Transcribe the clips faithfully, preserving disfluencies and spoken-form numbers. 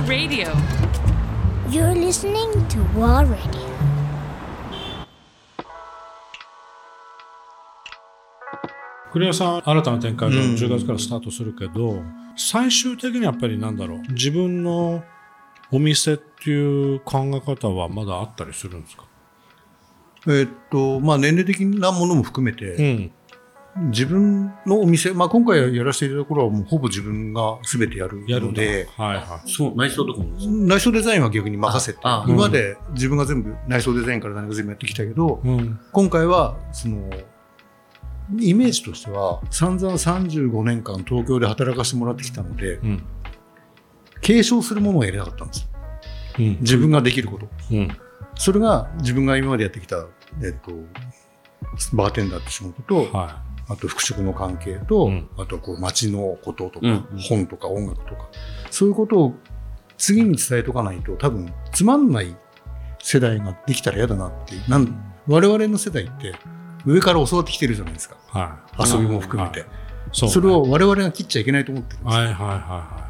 Radio. You're listening to War Radio. 栗谷さん、新たな展開がじゅうがつからスタートするけど、うん、最終的にやっぱりなんだろう、自分のお店っていう考え方はまだあったりするんですか？ えーっとまあ、年齢的なものも含めて、うん、自分のお店、まあ、今回やらせていただく頃はもうほぼ自分が全てやるので、 はいはい、そう内装とかも内装デザインは逆に任せて、今まで自分が全部内装デザインから何か全部やってきたけど、うん、今回はそのイメージとしては散々さんじゅうごねんかん東京で働かせてもらってきたので、うん、継承するものをやりたかったんです、うん、自分ができること、うん、それが自分が今までやってきた、えっと、バーテンダーって仕事と、はい、あと服飾の関係と、うん、あとこう街のこととか、うん、本とか音楽とかそういうことを次に伝えとかないと多分つまんない世代ができたら嫌だなっていう、なん我々の世代って上から教わってきてるじゃないですか、はい、遊びも含めて、はい、そうね、それを我々が切っちゃいけないと思ってるんですよ、はいはいはいはい、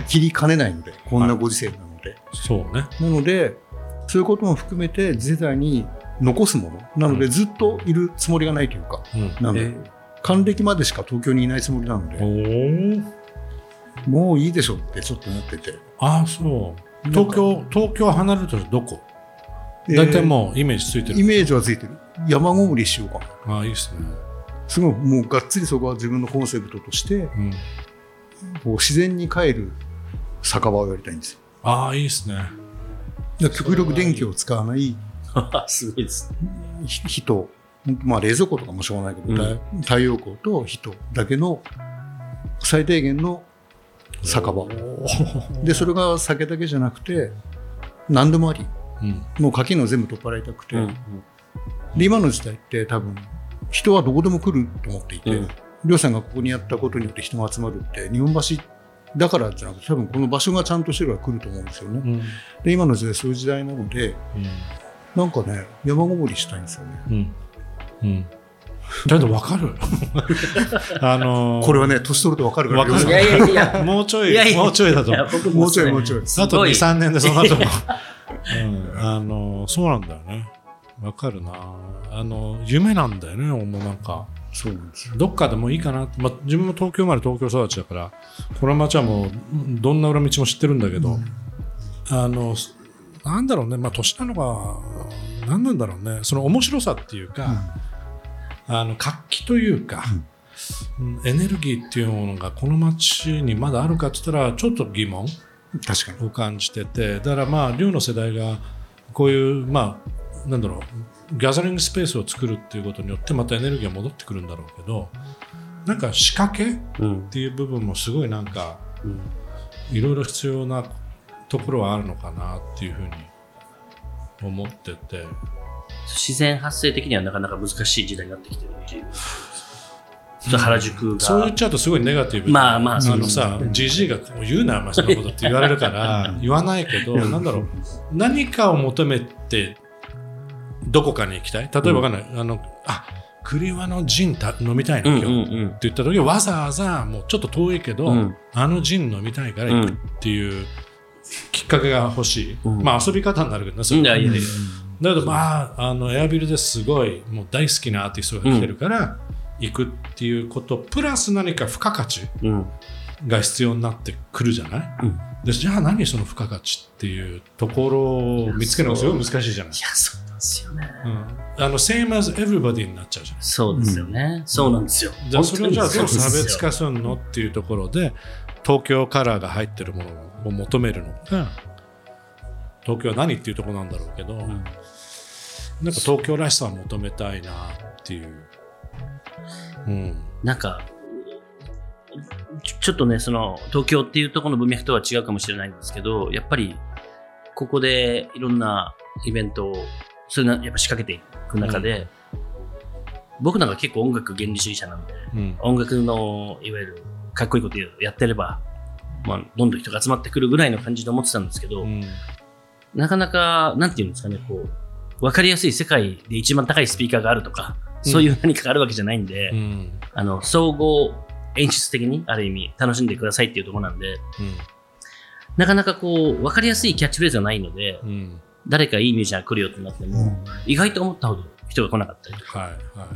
切りかねないので、こんなご時世なので、はい、そうね、なのでそういうことも含めて次世代に残すものなので、うん、ずっといるつもりがないというか、うん、なので、えー、還暦までしか東京にいないつもりなので、おもういいでしょってちょっと思ってて、 ああそう、東京東京離れるとどこ？大体もうイメージついてる、 イメージはついてる。山ごもりしようかな。 ああいいですね。 すごいもうがっつりそこは自分のコンセプトとして、うん、こう自然に帰る酒場をやりたいんですよ。 ああいいですね。 極力電気を使わないすごいです、ね、 人、まあ冷蔵庫とかもしょうがないけど、うん、太陽光と人だけの最低限の酒場で、それが酒だけじゃなくて何でもあり、うん、もう垣の全部取っ払いたくて、うんうん、で今の時代って多分人はどこでも来ると思っていて、りょうさんがここにやったことによって人が集まるって日本橋だからじゃなくて、多分この場所がちゃんとしてるから来ると思うんですよね、うん、で今の時代そういう時代なので、うん、なんかね山ごもりしたいんですよね、うんうん、だけど分かるあのー、 これはね年取ると分かるから、 いやいやいやもうちょいいやいやもうちょいだともうちょいもうちょいあと に,さん 年でその後も、うん、あのー、そうなんだよね、分かるな、あの夢なんだよね、もうなんかそうなんですよ、どっかでもいいかな、まあ、自分も東京生まれ東京育ちだからこの街はもうどんな裏道も知ってるんだけど、うん、あのなんだろうね、まあ年なのか何なんだろうね、その面白さっていうか、うん、あの活気というか、うん、エネルギーっていうものがこの街にまだあるかって言ったらちょっと疑問を感じてて、だからまあ寮の世代がこういうまあなんだろうギャザリングスペースを作るっていうことによってまたエネルギーが戻ってくるんだろうけど、なんか仕掛けっていう部分もすごいなんかいろいろ必要なところはあるのかなっていうふうに思ってて、 自然発生的にはなかなか難しい時代になってきてるっていう、うん、原宿がそう言っちゃうとすごいネガティブ、 まあまあ、 あのさジジイが言うなまそのことって言われるから言わないけど、なんだろう、何かを求めてどこかに行きたい、例えばわかんない、うん、あのあ栗輪のジンた飲みたいの今日、うんうんうん、って言った時わざわざもうちょっと遠いけど、うん、あのジン飲みたいから行くっていうきっかけが欲しい、うん、まあ遊び方になるけどね、それ、うん、いやいやいや、だけどまああのエアビルですごいもう大好きなアーティストが来てるから行くっていうこと、プラス何か付加価値が必要になってくるじゃない、うん、でじゃあ何その付加価値っていうところを見つけるのがすごい難しいじゃない。 いやそうなんですよね、うん、 あの same as everybody になっちゃうじゃない。 そうですよね、うん、そうなんですよ。 じゃあそれをじゃあどう差別化するのっていうところで東京カラーが入ってるものを求めるのが東京は何っていうところなんだろうけど、うん、なんか東京らしさを求めたいなっていう、 うん、なんかちょっとねその東京っていうところの文脈とは違うかもしれないんですけど、やっぱりここでいろんなイベントをそれなやっぱ仕掛けていく中で、うん、僕なんか結構音楽原理主義者なんで、うん、音楽のいわゆるかっこいいことやってれば、まあ、どんどん人が集まってくるぐらいの感じで思ってたんですけど、うん、なかなかなんていうんですかね、こう分かりやすい世界で一番高いスピーカーがあるとか、うん、そういう何かがあるわけじゃないんで、うん、あの総合演出的にある意味楽しんでくださいっていうところなんで、うん、 なかなかこう分かりやすいキャッチフレーズがないので、うん、誰かいいミュージシャンが来るよってなっても、うん、意外と思ったほど人が来なかったりとか、はいはいはい、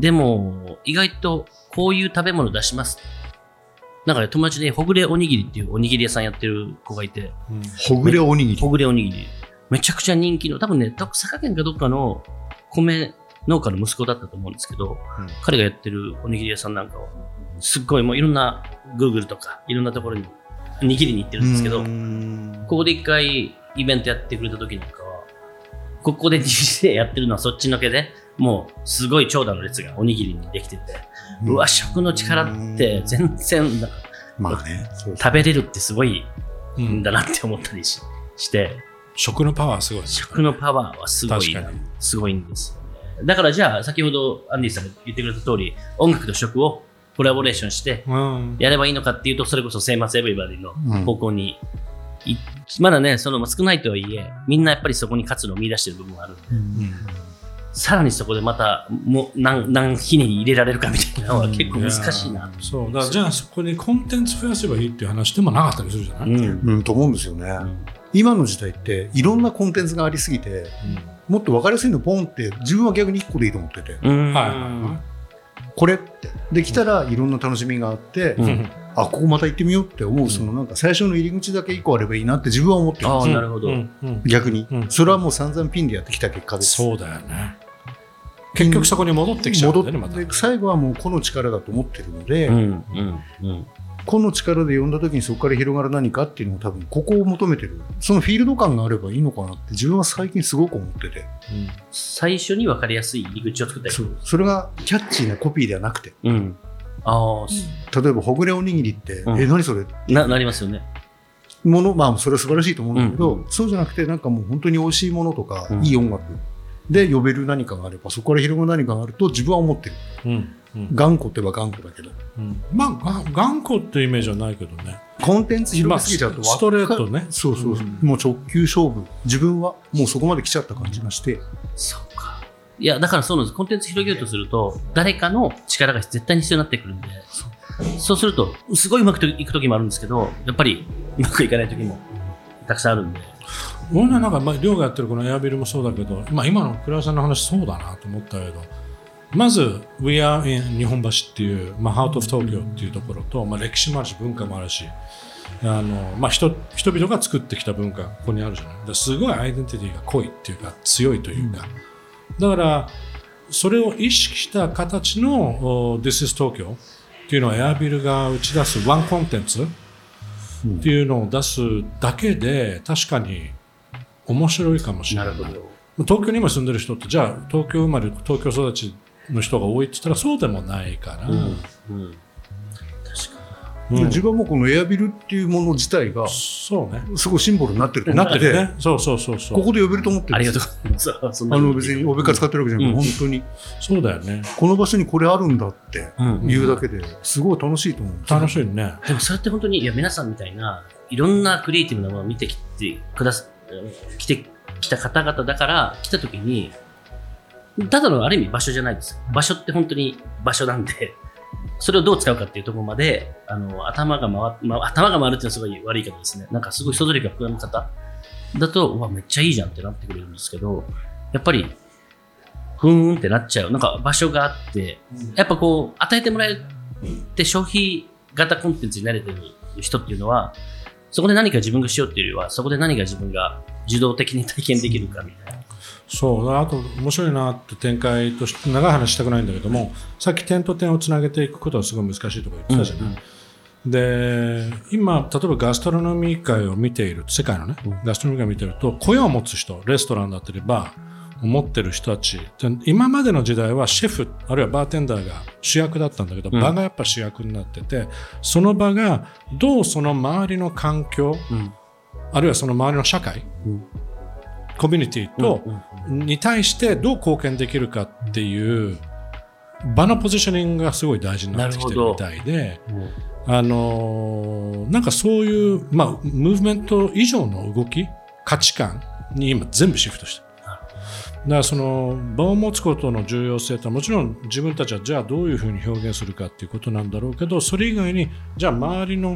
でも意外とこういう食べ物出しますなんか、ね、友達でほぐれおにぎりっていうおにぎり屋さんやってる子がいて、うん、 ほぐれおにぎりほぐれおにぎりめちゃくちゃ人気の多分ね佐賀県かどっかの米農家の息子だったと思うんですけど、うん、彼がやってるおにぎり屋さんなんかはすっごいもういろんな Google とかいろんなところに握りに行ってるんですけど、ここで一回イベントやってくれた時なんかはここで ディージェー やってるのはそっちのけでもうすごい長蛇の列がおにぎりにできてて、うわ食の力って全然なんか、まあね、食べれるってすごいんだなって思ったり し, して食のパワーすごい、 食のパワーはすごいすごいんですよね。だからじゃあ先ほどアンディさんが言ってくれた通り音楽と食をコラボレーションしてやればいいのかっていうと、それこそセイマスエブリバディの方向に、うん、まだねその少ないとはいえみんなやっぱりそこに活路を見出してる部分があるんで、うん、さらにそこでまたもう 何, 何ひねり入れられるかみたいなのは結構難しいな、 うん、そうだからじゃあそこにコンテンツ増やせばいいっていう話でもなかったりするじゃない、 うんうん、と思うんですよね、うん、今の時代っていろんなコンテンツがありすぎて、うん、もっと分かりやすいのポンって自分は逆にいっこでいいと思ってて、うん、はいはいこれってできたらいろんな楽しみがあって、うん、あここまた行ってみようって思う、うん、そのなんか最初の入り口だけいっこあればいいなって自分は思ってるんですよ。 あなるほど、うんうん、逆に、うん、それはもう散々ピンでやってきた結果です。 そうだよね。結局そこに戻ってきちゃうんだよね、また。 最後はもう個の力だと思ってるので、うんうんうん、個の力で呼んだ時にそこから広がる何かっていうのを多分ここを求めてる、そのフィールド感があればいいのかなって自分は最近すごく思ってて、 うん、最初に分かりやすい入り口を作ったり、 そ, それがキャッチーなコピーではなくて、うん、 あ例えばほぐれおにぎりって、うん、え何それな, なりますよねもの、まあそれは素晴らしいと思うんだけど、うん、そうじゃなくてなんかもう本当に美味しいものとか、うん、いい音楽で呼べる何かがあればそこから広がる何かがあると自分は思ってる、うんうん、頑固って言えば頑固だけど、 うん、まあ頑固ってイメージはないけどね。 コンテンツ広げすぎちゃうと、 まあ、ストレートね。 そうそうそう、うん、もう直球勝負自分はもうそこまで来ちゃった感じがして。 そうか。いやだからそうなんです。コンテンツ広げようとすると誰かの力が絶対に必要になってくるんで、そうそうするとすごいうまくいく時もあるんですけどやっぱりうまくいかない時もたくさんあるんで。 俺はなんか、まあ、寮がやってるこのエアビルもそうだけど、まあ、今の倉田さんの話そうだなと思ったけど、まず We are in 日本橋っていう、まあ、Heart of Tokyo っていうところと、まあ、歴史もあるし文化もあるし、あの、まあ、人, 人々が作ってきた文化ここにあるじゃない。ですごいアイデンティティが濃いっていうか強いというか、だからそれを意識した形の This is Tokyo っていうのをエアビルが打ち出すワンコンテンツっていうのを出すだけで確かに面白いかもしれない。なるほど。東京に今住んでる人ってじゃあ東京生まれ東京育ちの人が多いって言ったらそうでもないから、うんうん、 確かに、うん、自分はもうこのエアビルっていうもの自体がそうねすごいシンボルになってると思ってて、ね、そうそうそうそうここで呼べると思ってるんですよ。 ありがとうございます。 あの別におべっか使ってるわけじゃなくて、うん、本当にそうだよね。 この場所にこれあるんだっていうだけですごい楽しいと思うんですよ。 楽しいね。 でもそれって本当にいや皆さんみたいないろんなクリエイティブなものを見てきてくださ来てきた方々だから来た時にただのある意味場所じゃないです。場所って本当に場所なんでそれをどう使うかっていうところまであの頭が回、ま、頭が回るっていうのはすごい悪い言い方ですね。なんかすごい想像力が膨らむ方だとうわめっちゃいいじゃんってなってくれるんですけどやっぱりふーんってなっちゃう。なんか場所があってやっぱこう与えてもらえて消費型コンテンツに慣れてる人っていうのはそこで何か自分がしようっていうよりはそこで何か自分が受動的に体験できるかみたいな。 そうあと面白いなって展開として長い話したくないんだけどもさっき点と点をつなげていくことはすごい難しいとか言ってたじゃない、うんうん、で今例えばガストロノミー界を見ている世界のね、うん、ガストロノミー界を見ていると雇用を持つ人レストランだったりバーを持ってる人たち今までの時代はシェフあるいはバーテンダーが主役だったんだけど、うん、場がやっぱ主役になっててその場がどうその周りの環境、うん、あるいはその周りの社会、うん、コミュニティと、うんうん、に対してどう貢献できるかっていう場のポジショニングがすごい大事になってきてるみたいで、うん、あのなんかそういう、まあ、ムーブメント以上の動き価値観に今全部シフトしてる。だからその場を持つことの重要性とはもちろん自分たちはじゃあどういうふうに表現するかっていうことなんだろうけどそれ以外にじゃあ周りの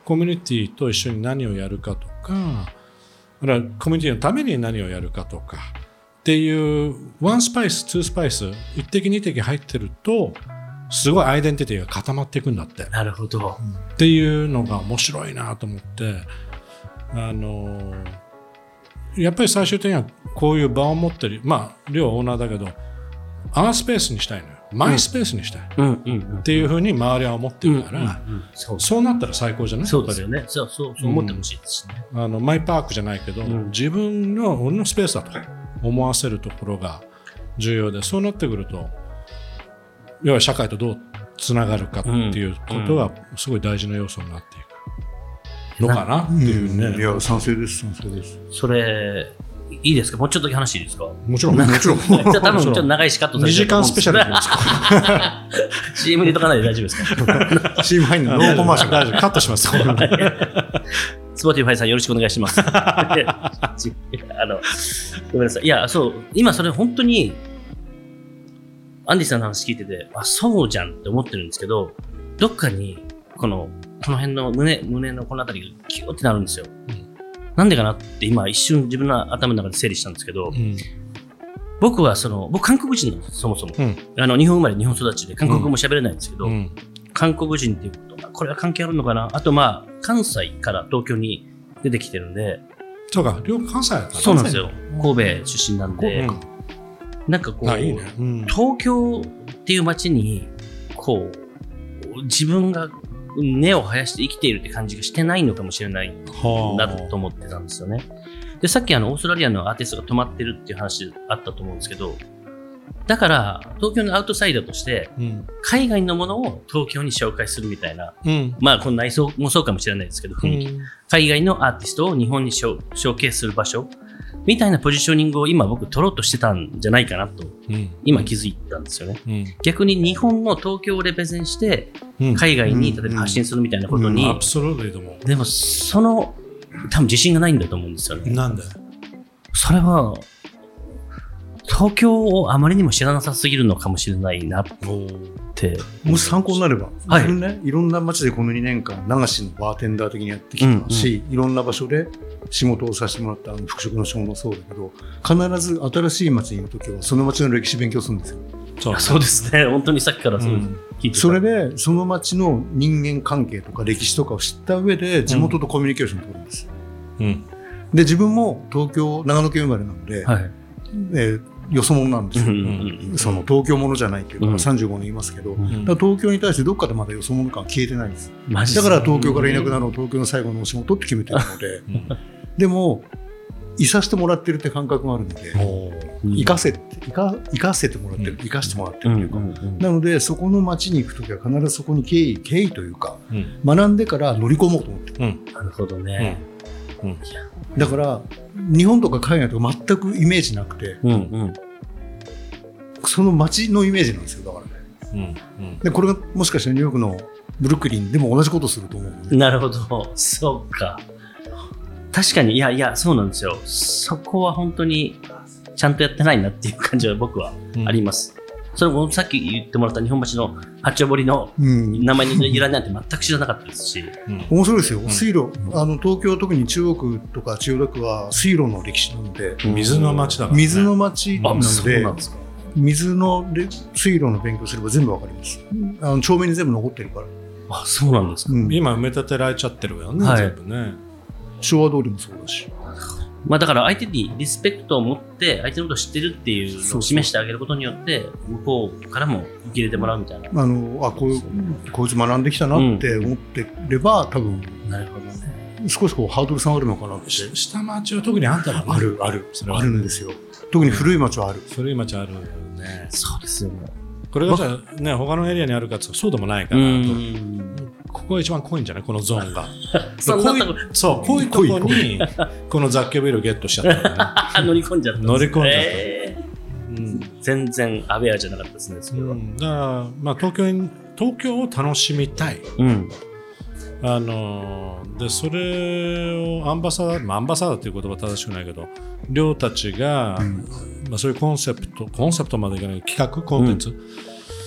コミュニティと一緒に何をやるかとか、コミュニティのために何をやるかとかっていうワンスパイス、ツースパイス、一滴二滴入ってるとすごいアイデンティティが固まっていくんだって。 なるほど。 っていうのが面白いなと思って、あのやっぱり最終的にはこういう場を持ってる、まあ両オーナーだけどアースペースにしたいのよ。マイスペースにしたい、うんうんうん、っていうふうに周りは思ってるから、うんうんうん、そう、そうなったら最高じゃない？ そうですよね。そうそうそう思ってほしいですね、 うん、あのマイパークじゃないけど、うん、自分の俺のスペースだと思わせるところが重要で、そうなってくると要は社会とどうつながるかっていうことがすごい大事な要素になっていくのかなっていうね、 うん、いや賛成です賛成です。 それいいですか？もうちょっとだけ話いいですか？ もちろんもちろんじゃあ多分ちょっと長いしカットされてると思うんですけど、にじかんスペシャルですか？ シーエム 入れとかないで大丈夫ですか？ シーエム 入るのノーコマーシャル大丈夫、カットします。 スポティファイさんよろしくお願いします。あのごめんなさい。いやそう今それ本当にアンディさんの話聞いてて、あそうじゃんって思ってるんですけど、どっかにこのこの辺の胸胸のこのあたりがキューってなるんですよ。うん、なんでかなって今一瞬自分の頭の中で整理したんですけど、うん、僕はその僕韓国人なんですそもそも、うん、あの日本生まれ日本育ちで韓国語も喋れないんですけど、うん、韓国人っていうことこれは関係あるのかな。あとまあ関西から東京に出てきてるんで、 そうか両関西だったんですね。 そうなんですよ。神戸出身なんで、うん、なんかこういい、ねうん、東京っていう街にこう自分が根を生やして生きているって感じがしてないのかもしれないなと思ってたんですよね。でさっきあのオーストラリアのアーティストが泊まってるっていう話あったと思うんですけど、だから東京のアウトサイダーとして、うん、海外のものを東京に紹介するみたいな、うん、まあこの内装もそうかもしれないですけど、うん、海外のアーティストを日本にショーケースする場所みたいなポジショニングを今僕取ろうとしてたんじゃないかなと、うん、今気づいたんですよね、うん、逆に日本の東京をレペゼンして海外に例えば発信するみたいなことに、 うんうんうん、 でもその多分自信がないんだと思うんですよね。 なんで？ それは東京をあまりにも知らなさすぎるのかもしれないなってもし参考になれば、はい、ね、いろんな街でこのにねんかん流しのバーテンダー的にやってきたし、うんうん、いろんな場所で仕事をさせてもらったあの服飾の仕事もそうだけど、必ず新しい街にいるときはその街の歴史勉強するんですよ。 そうそうですね。本当にさっきからそう聞いてた、うん、 それでその街の人間関係とか歴史とかを知った上で地元とコミュニケーションを取るんです、うん、で自分も東京長野県生まれなので、はい、でよそ者なんですよ、うんうんうん、その東京者じゃないっていうのはさんじゅうごねんいますけど、うん、だから東京に対してどっかでまだよそ者感は消えてないんです。だから東京からいなくなるの東京の最後のお仕事って決めてるので、うん、でもいさせてもらってるって感覚があるので、うん、生かせて生か生かせてもらってる、うん、生かしてもらってるというか、うんうんうん、なのでそこの街に行くときは必ずそこに敬意敬意というか、うん、学んでから乗り込もうと思ってる、 うん、なるほどね、 うんうん、だから日本とか海外とか全くイメージなくて、うんうん、その街のイメージなんですよ。だからね、うんうん、でこれがもしかしたらニューヨークのブルックリンでも同じことすると思うので。 なるほど、そうか。確かにいやいやそうなんですよ。そこは本当にちゃんとやってないなっていう感じは僕はあります、うん、それもさっき言ってもらった日本橋の八丁堀の名前の由来なんて全く知らなかったですし、 うん、面白いですよ、うん、水路、あの東京特に中央区とか千代田区は水路の歴史なので、 水の町だから、ね、 水の町なので、 そうなんですか。 水の水路の勉強すれば全部わかります。あの町名に全部残ってるから。 あ、そうなんですか、うん、 今埋め立てられちゃってるよね、はい、全部ね。 昭和通りもそうだし、 まあ、だから相手にリスペクトを持って相手のことを知ってるっていうのを示してあげることによって向こうからも受け入れてもらうみたいな、 あのあこういうこいつ学んできたなって思ってれば、うん、多分なるほどね、 少しこうハードル下がるのかなって。 下町は特にあんたら、ね、 あるあるあるんですよ。特に古い町はある、 古い町あるね。 そうですよね。 これがじゃあね他のエリアにあるかってそうでもないから、ここが一番濃いんじゃないこのゾーンが。 そんなとこそう濃いところにこの雑居ビルをゲットしちゃったね。 乗り込んじゃった。 乗り込んじゃった。 えーうん、全然アウェアじゃなかったですねそれは。うん、 だからまあ東京に東京を楽しみたい。うん、あのでそれをアンバサダー、まあ、アンバサダーという言葉は正しくないけど、寮たちが、うんまあ、そういうコンセプトコンセプトまでいかない企画コンテンツ、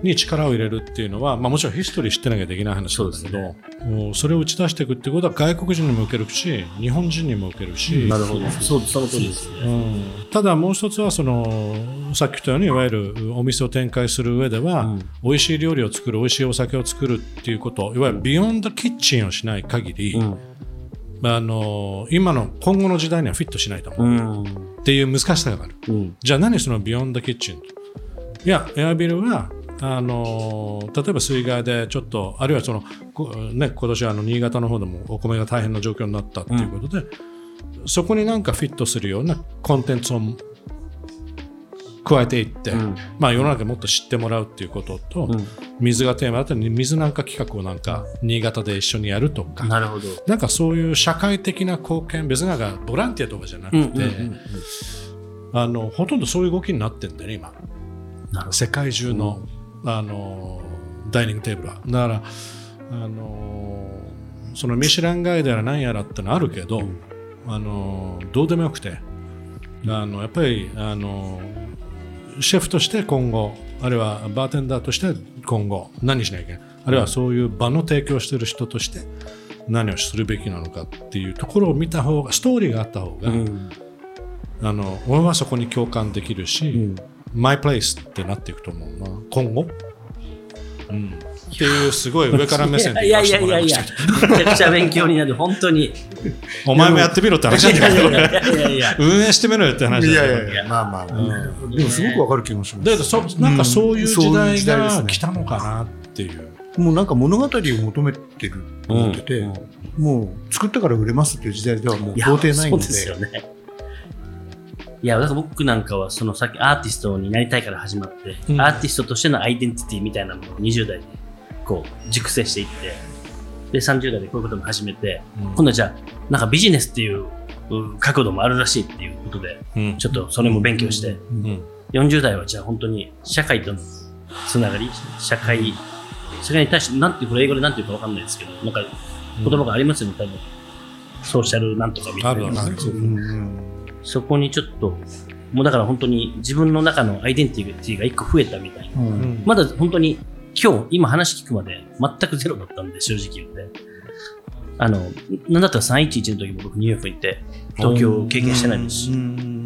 に力を入れるっていうのは、まあ、もちろんヒストリー知ってなきゃできない話なんだけど、もうそれを打ち出していくっていうことは外国人にも受けるし日本人にも受けるし、 なるほど、そうその通りですね、 うん、ただもう一つはそのさっき言ったようにいわゆるお店を展開する上では、うん、美味しい料理を作る美味しいお酒を作るっていうこといわゆるビヨンドキッチンをしない限り、うん、あの今の今後の時代にはフィットしないと思う、うん、っていう難しさがある、うん、じゃあ何そのビヨンドキッチンといやエアビルはあの例えば水害でちょっとあるいはその、ね、今年あの新潟の方でもお米が大変な状況になったということで、うん、そこになんかフィットするようなコンテンツを加えていって、うんまあ、世の中もっと知ってもらうっていうことと、うん、水がテーマだったら水なんか企画をなんか新潟で一緒にやるとか、 なるほど、 なんかそういう社会的な貢献別になんかボランティアとかじゃなくて、うんうんうんうん、あのほとんどそういう動きになってるんだよね今世界中の、うんあのダイニングテーブルはだからあのそのミシュランガイドやら何やらってのあるけど、うん、あのどうでもよくてあのやっぱりあのシェフとして今後あるいはバーテンダーとして今後何しなきゃいけないあるいはそういう場の提供している人として何をするべきなのかっていうところを見た方がストーリーがあった方が、うん、あの俺はそこに共感できるし、うんマイプレイスってなっていくと思うな今後、うん、っていうすごい上から目線で言わせてもらいましたけどめちゃくちゃ勉強になる本当にお前もやってみろって話なんだけどいやいやいやいや運営してみろよって話だけどいやいやいやまあまあ、うん、でもすごくわかる気もしますだけどそなんかそういう時代が来たのかなっていう、 うん、もうなんか物語を求めてると思ってて、うんうん、もう作ったから売れますっていう時代ではもう到底ないので、そうですよねいやだから僕なんかはそのさっきアーティストになりたいから始まって、うん、アーティストとしてのアイデンティティみたいなものをにじゅう代でこう熟成していってでさんじゅう代でこういうことも始めて、うん、今度はじゃあなんかビジネスっていう角度もあるらしいっていうことで、うん、ちょっとそれも勉強して、うん、よんじゅう代はじゃあ本当に社会とのつながり社会社会に対してなんてこれ英語でなんていうか分かんないですけどなんか言葉がありますよね多分ソーシャルなんとかみたいな、うんそこにちょっともうだから本当に自分の中のアイデンティティが一個増えたみたいな、うん、まだ本当に今日今話聞くまで全くゼロだったんで正直言ってあのなんだったらさんいちいちの時も僕ニューヨークに行って東京を経験してないですし、うん、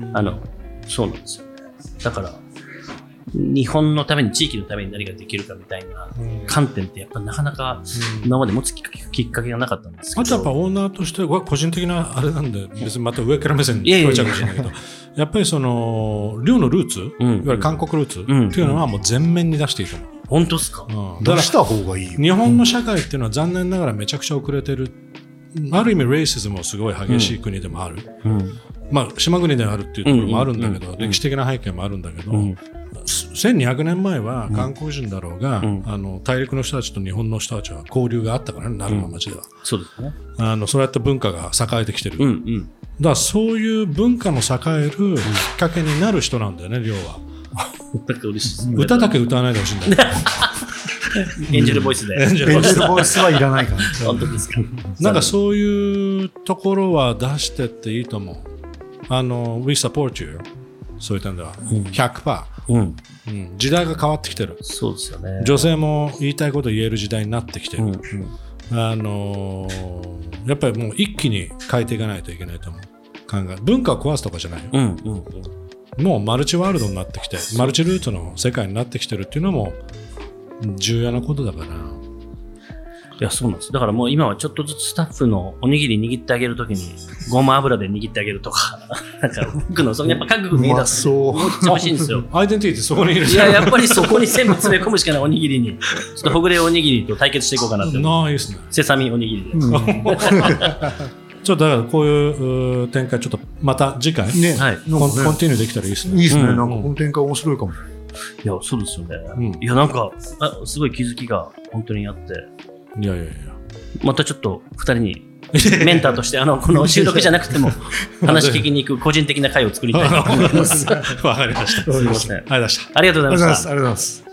あのそうなんですよだから日本のために地域のために何ができるかみたいな観点ってやっぱなかなか今まで持つきっかけがなかったんですけど、 あとやっぱオーナーとしては個人的なあれなんで別にまた上から目線に聞こえちゃうかもしれないけどやっぱりその寮のルーツ、うん、いわゆる韓国ルーツっていうのはもう全面に出していいと思う。 本当ですか、 うん、 出した方がいいよ。 日本の社会っていうのは残念ながらめちゃくちゃ遅れてる、ある意味レイシズムもすごい激しい国でもある、うん、まあ島国であるっていうところもあるんだけど、うんうんうん、歴史的な背景もあるんだけど、うん、せんにひゃくねんまえは韓国人だろうが、うん、あの大陸の人たちと日本の人たちは交流があったからね、鳴海町では、うん、 そうですね、 あのそうやって文化が栄えてきてる、うんうん、だからそういう文化の栄えるきっかけになる人なんだよね、亮は。歌だけ歌わないでほしいんだよエンジェルボイスでエンジェルボイスはいらないから本当ですか。 なんかそういうところは出してっていいと思う。あの We support you そういったんでは ひゃくパーセント、うんうん、時代が変わってきてる。 そうですよね。 女性も言いたいこと言える時代になってきてる、うんうん、あのー、やっぱりもう一気に変えていかないといけないと思う。考え文化を壊すとかじゃないよ、うんうんうん、もうマルチワールドになってきてマルチルートの世界になってきてるっていうのも重要なことだから。 いや、そうなんです。だからもう今はちょっとずつスタッフのおにぎり握ってあげるときにごま油で握ってあげるとかなんか僕のそのやっぱ韓国の家だとめっちゃ美味しいんですよ。 アイデンティティそこにいる。 いや、やっぱりそこに全部詰め込むしかないおにぎりにちょっとほぐれおにぎりと対決していこうかなって。 ナイスね。 セサミおにぎりで、うん、ちょっとだからこういう展開ちょっとまた次回、ね、はい、コン、コンティニューできたらいいですね。 いいですね、うん、なんかこの展開面白いかも。いや、そうですよね、うん、いや、なんかあすごい気づきが本当にあって、 いやいやいや、 またちょっとふたりにメンターとしてあのこの収録じゃなくても話聞きに行く個人的な会を作りたいと思います。 わかりました。すみません。ありがとうございました。 ありがとうございました。 ありがとうございます。